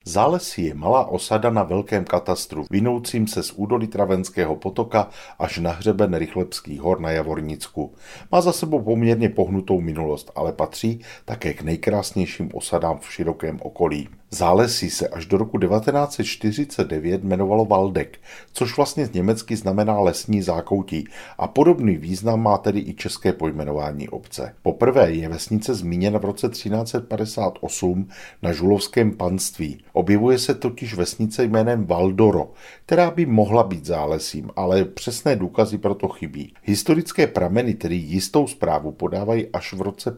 Zálesí je malá osada na velkém katastru, vinoucím se z údolí Travenského potoka až na hřeben Rychlebských hor na Javornicku. Má za sebou poměrně pohnutou minulost, ale patří také k nejkrásnějším osadám v širokém okolí. Zálesí se až do roku 1949 jmenovalo Waldeck, což vlastně z německy znamená lesní zákoutí a podobný význam má tedy i české pojmenování obce. Poprvé je vesnice zmíněna v roce 1358 na Žulovském panství. Objevuje se totiž vesnice jménem Valdoro, která by mohla být Zálesím, ale přesné důkazy proto chybí. Historické prameny tedy jistou zprávu podávají až v roce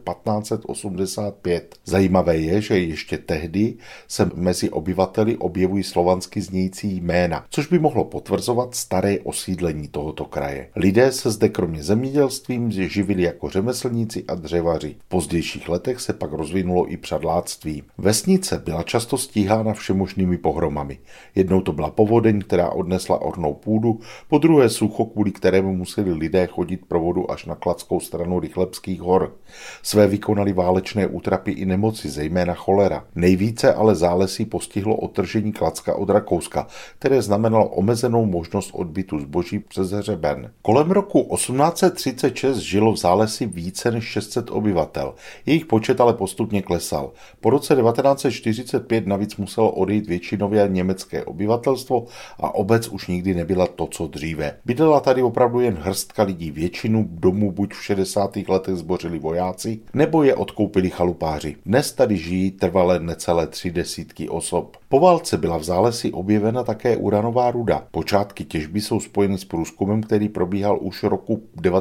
1585. Zajímavé je, že ještě tehdy se mezi obyvateli objevují slovansky znějící jména, což by mohlo potvrzovat staré osídlení tohoto kraje. Lidé se zde kromě zemědělstvím živili jako řemeslníci a dřevaři. V pozdějších letech se pak rozvinulo i přadláctví. Vesnice byla často stíhána všemožnými pohromami. Jednou to byla povodeň, která odnesla ornou půdu, po druhé sucho, kvůli kterému museli lidé chodit pro vodu až na kladskou stranu Rychlebských hor. Své vykonali válečné útrapy i nemoci, zejména cholera. Nejvíce ale Zálesí postihlo odtržení Kladska od Rakouska, které znamenalo omezenou možnost odbytu zboží přes hřeben. Kolem roku 1836 žilo v Zálesí více než 600 obyvatel. Jejich počet ale postupně klesal. Po roce 1945 navíc muselo odejít většinově německé obyvatelstvo a obec už nikdy nebyla to, co dříve. Bydlela tady opravdu jen hrstka lidí, většinu domů buď v 60. letech zbořili vojáci, nebo je odkoupili chalupáři. Dnes tady žijí trvale necelé 30 osob. Po válce byla v Zálesí objevena také uranová ruda. Počátky těžby jsou spojeny s průzkumem, který probíhal už roku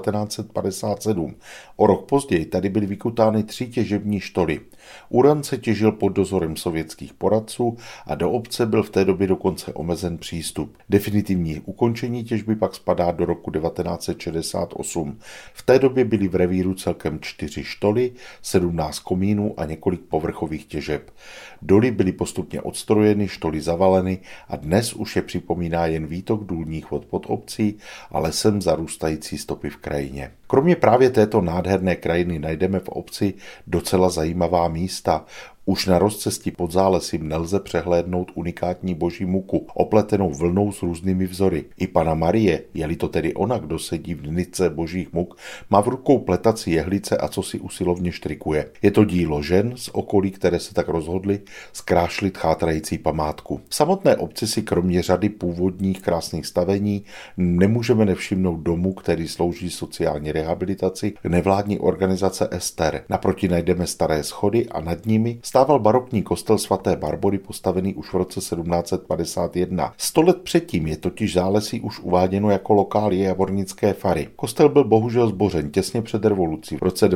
1957. O rok později tady byly vykutány 3 těžební štoly. Uran se těžil pod dozorem sovětských poradců a do obce byl v té době dokonce omezen přístup. Definitivní ukončení těžby pak spadá do roku 1968. V té době byly v revíru celkem 4 štoly, 17 komínů a několik povrchových těžeb. Doly byly postupně odstrojeny, štoly zavaleny a dnes už je připomíná jen výtok důlních vod pod obcí a lesem zarůstající stopy v krajině. Kromě právě této nádherné krajiny najdeme v obci docela zajímavá místa. Už na rozcestí pod Zálesím nelze přehlédnout unikátní boží muku, opletenou vlnou s různými vzory. I Panna Marie, je-li to tedy ona, kdo sedí v dnice božích muk, má v rukou pletaci jehlice a co si usilovně štrikuje. Je to dílo žen z okolí, které se tak rozhodly zkrášlit chátrající památku. V samotné obci si kromě řady původních krásných stavení nemůžeme nevšimnout domu, který slouží sociální rehabilitaci nevládní organizace Ester. Naproti najdeme staré schody a nad nimi stával barokní kostel svaté Barbory postavený už v roce 1751. 100 let předtím je totiž Zálesí už uváděno jako lokál javornické fary. Kostel byl bohužel zbořen těsně před revolucí v roce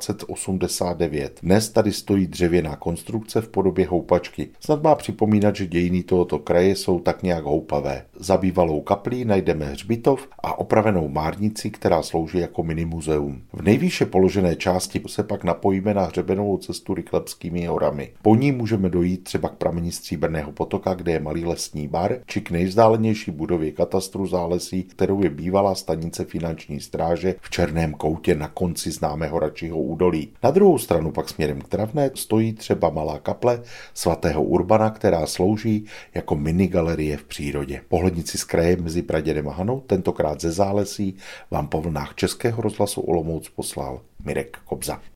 1989. Dnes tady stojí dřevěná konstrukce v podobě houpačky. Snad má připomínat, že dějiny tohoto kraje jsou tak nějak houpavé. Za bývalou kaplí najdeme hřbitov a opravenou márnici, která slouží jako minimuzeum. V nejvýše položené části se pak napojíme na hřebenovou cestu Rychlebskými horami. Po ní můžeme dojít třeba k prameni Stříbrného potoka, kde je malý lesní bar, či k nejvzdálenější budově katastru Zálesí, kterou je bývalá stanice finanční stráže v Černém koutě na konci známého Račího údolí. Na druhou stranu pak směrem k Travné stojí třeba malá kaple svatého Urbana, která slouží jako minigalerie v přírodě. Pohlednici z kraje mezi Pradědem a Hanou, tentokrát ze Zálesí, vám po vlnách Českého rozhlasu Olomouc poslal Mirek Kobza.